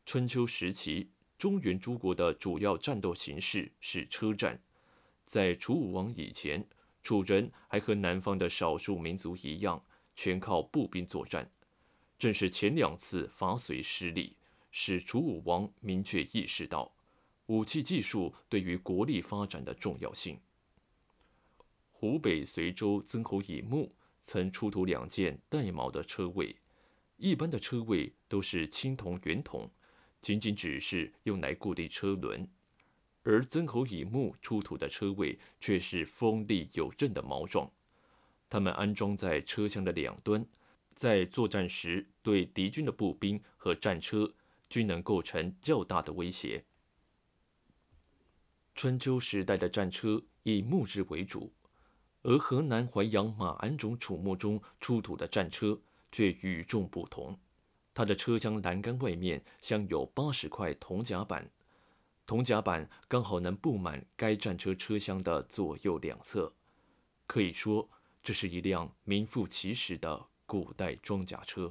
春秋时期，中原诸国的主要战斗形式是车战。在楚武王以前，楚人还和南方的少数民族一样，全靠步兵作战。正是前2次伐隋失利，使楚武王明确意识到武器技术对于国力发展的重要性。湖北随州曾侯乙墓曾出土2件带矛的车位，一般的车位都是青铜圆筒，仅只是用来固定车轮，而曾侯乙墓出土的车位却是锋利有刃的矛状，它们安装在车厢的2端，在作战时对敌军的步兵和战车均能构成较大的威胁。春秋时代的战车以木质为主，而河南淮阳马鞍冢楚墓中出土的战车却与众不同。它的车厢栏杆外面镶有80块铜甲板，铜甲板刚好能布满该战车车厢的左右2侧，可以说这是一辆名副其实的古代装甲车。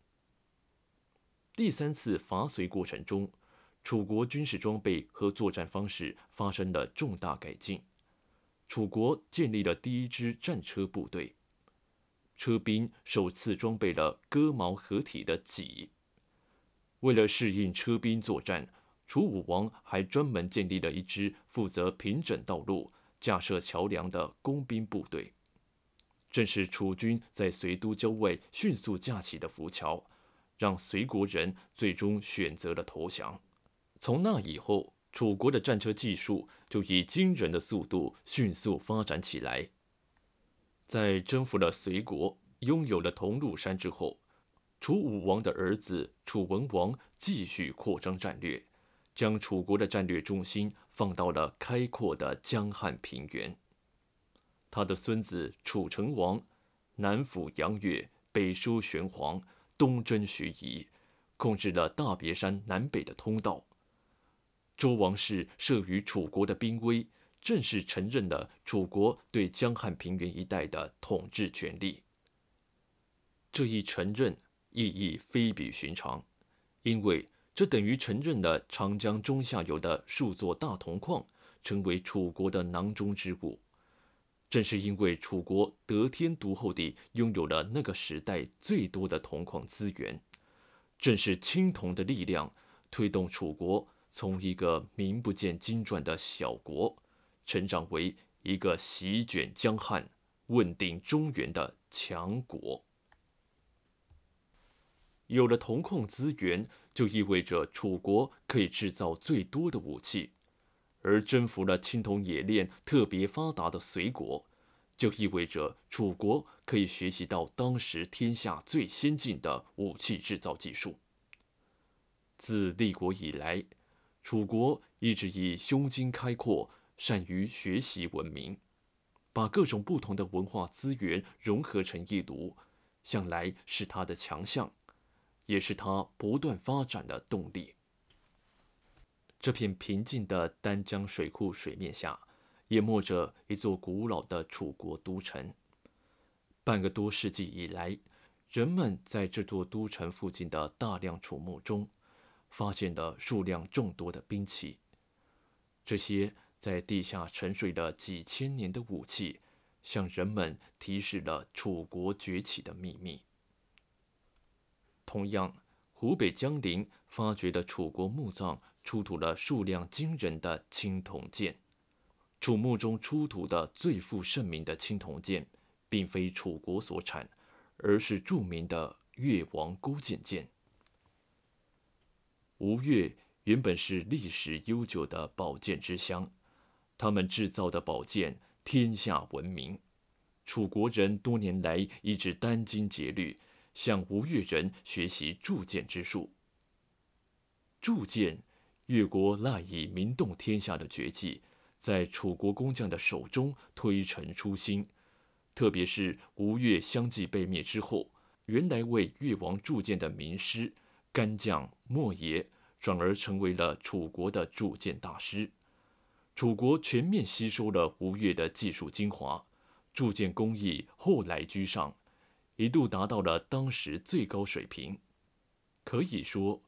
第3次伐隋过程中，楚国军事装备和作战方式发生了重大改进。楚国建立了第1支战车部队，车兵首次装备了戈矛合体的戟。为了适应车兵作战，楚武王还专门建立了1支负责平整道路、架设桥梁的工兵部队。正是楚军在隋都郊外迅速架起的浮桥，让隋国人最终选择了投降。从那以后，楚国的战车技术就以惊人的速度迅速发展起来。在征服了隋国，拥有了铜鹿山之后，楚武王的儿子楚文王继续扩张战略，将楚国的战略重心放到了开阔的江汉平原。他的孙子楚成王南抚阳越，北收玄黄，东征盱眙，控制了大别山南北的通道。周王室慑于楚国的兵威，正式承认了楚国对江汉平原一带的统治权利。这一承认意义非比寻常，因为这等于承认了长江中下游的数座大铜矿成为楚国的囊中之物。正是因为楚国得天独厚地拥有了那个时代最多的铜矿资源，正是青铜的力量推动楚国从一个名不见经传的小国，成长为一个席卷江汉、问鼎中原的强国。有了铜矿资源，就意味着楚国可以制造最多的武器，而征服了青铜冶炼特别发达的隋国，就意味着楚国可以学习到当时天下最先进的武器制造技术。自立国以来，楚国一直以胸襟开阔、善于学习闻名，把各种不同的文化资源融合成一炉，向来是它的强项，也是它不断发展的动力。这片平静的丹江水库水面下，淹没着一座古老的楚国都城。半个多世纪以来，人们在这座都城附近的大量楚墓中，发现了数量众多的兵器。这些在地下沉睡了几千年的武器，向人们提示了楚国崛起的秘密。同样，湖北江陵发掘的楚国墓葬出土了数量惊人的青铜剑。楚墓中出土的最负盛名的青铜剑，并非楚国所产，而是著名的越王勾践剑。吴越原本是历史悠久的宝剑之乡，他们制造的宝剑天下闻名。楚国人多年来一直殚精竭虑，向吴越人学习铸剑之术。铸剑，越国赖以名动天下的绝技，在楚国工匠的手中推陈出新。特别是吴越相继被灭之后，原来为越王铸剑的名师干将莫邪，转而成为了楚国的铸剑大师。楚国全面吸收了吴越的技术精华，铸剑工艺后来居上，一度达到了当时最高水平。可以说，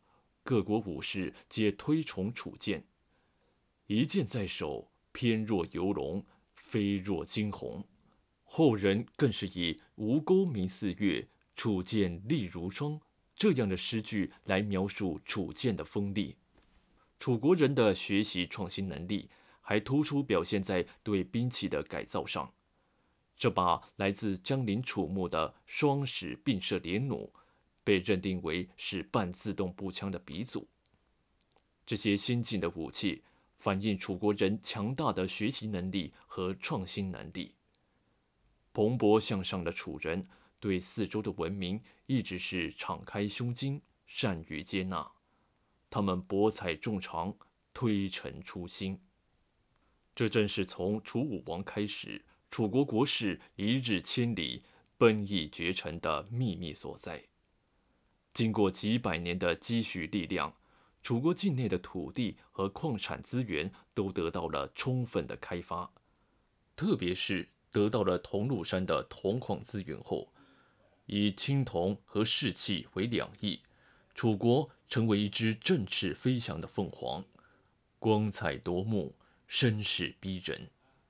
各国武士皆推崇楚剑。一剑在手，翩若游龙，飞若惊鸿。后人更是以吴钩明似月，楚剑利如霜这样的诗句来描述楚剑的锋利。楚国人的学习创新能力还突出表现在对兵器的改造上。这把来自江陵楚墓的双矢并射连弩，被认定为是半自动步枪的鼻祖。这些先进的武器反映楚国人强大的学习能力和创新能力。蓬勃向上的楚人对四周的文明一直是敞开胸襟，善于接纳。他们博采众长，推陈出新。这正是从楚武王开始，楚国国势一日千里，奔逸绝尘的秘密所在。经过几百年的积蓄力量，楚国境内的土地和矿产资源都得到了充分的开发，特别是得到了桐庐山的铜矿资源后，以青铜和士气为两翼，楚国成为一只振翅飞翔的凤凰，光彩夺目，声势逼人。《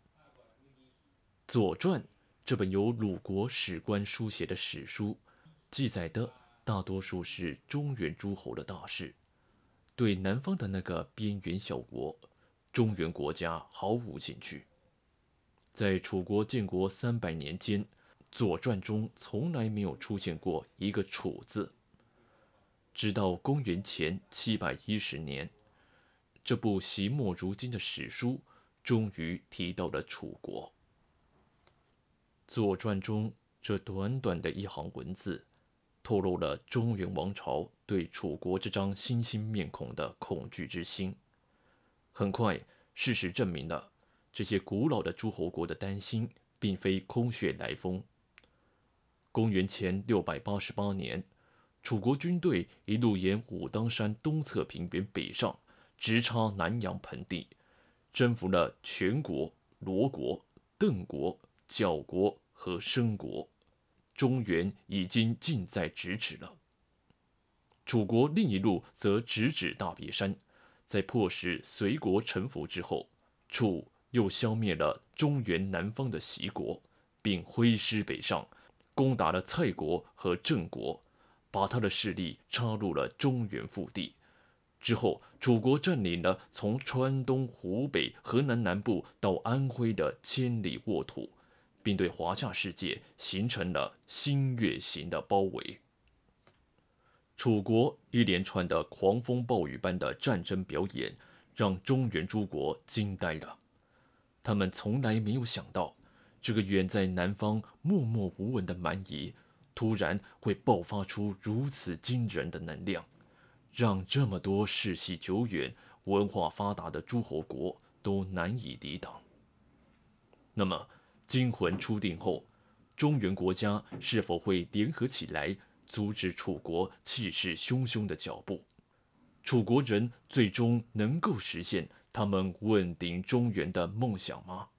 左传》这本由鲁国史官书写的史书，记载的大多数是中原诸侯的大事，对南方的那个边缘小国，中原国家毫无兴趣。在楚国建国300年间，《左传》中从来没有出现过一个“楚”字。直到公元前710年，这部惜墨如金的史书终于提到了楚国。《左传》中这短短的一行文字，透露了中原王朝对楚国这张新兴面孔的恐惧之心。很快，事实证明了这些古老的诸侯国的担心并非空穴来风。公元前688年，楚国军队一路沿武当山东侧平原北上，直插南阳盆地，征服了全国、罗国、邓国、角国和申国，中原已经近在咫尺了。楚国另一路则直指大别山，在迫使隋国臣服之后，楚又消灭了中原南方的齐国，并挥师北上，攻打了蔡国和郑国，把他的势力插入了中原腹地。之后，楚国占领了从川东、湖北、河南南部到安徽的千里沃土，并对华夏世界形成了新月形的包围。楚国一连串的狂风暴雨般的战争表演，让中原诸国惊呆了。他们从来没有想到，这个远在南方默默无闻的蛮夷，突然会爆发出如此惊人的能量，让这么多世系久远、文化发达的诸侯国都难以抵挡。那么，惊魂初定后，中原国家是否会联合起来，阻止楚国气势汹汹的脚步？楚国人最终能够实现他们稳定中原的梦想吗？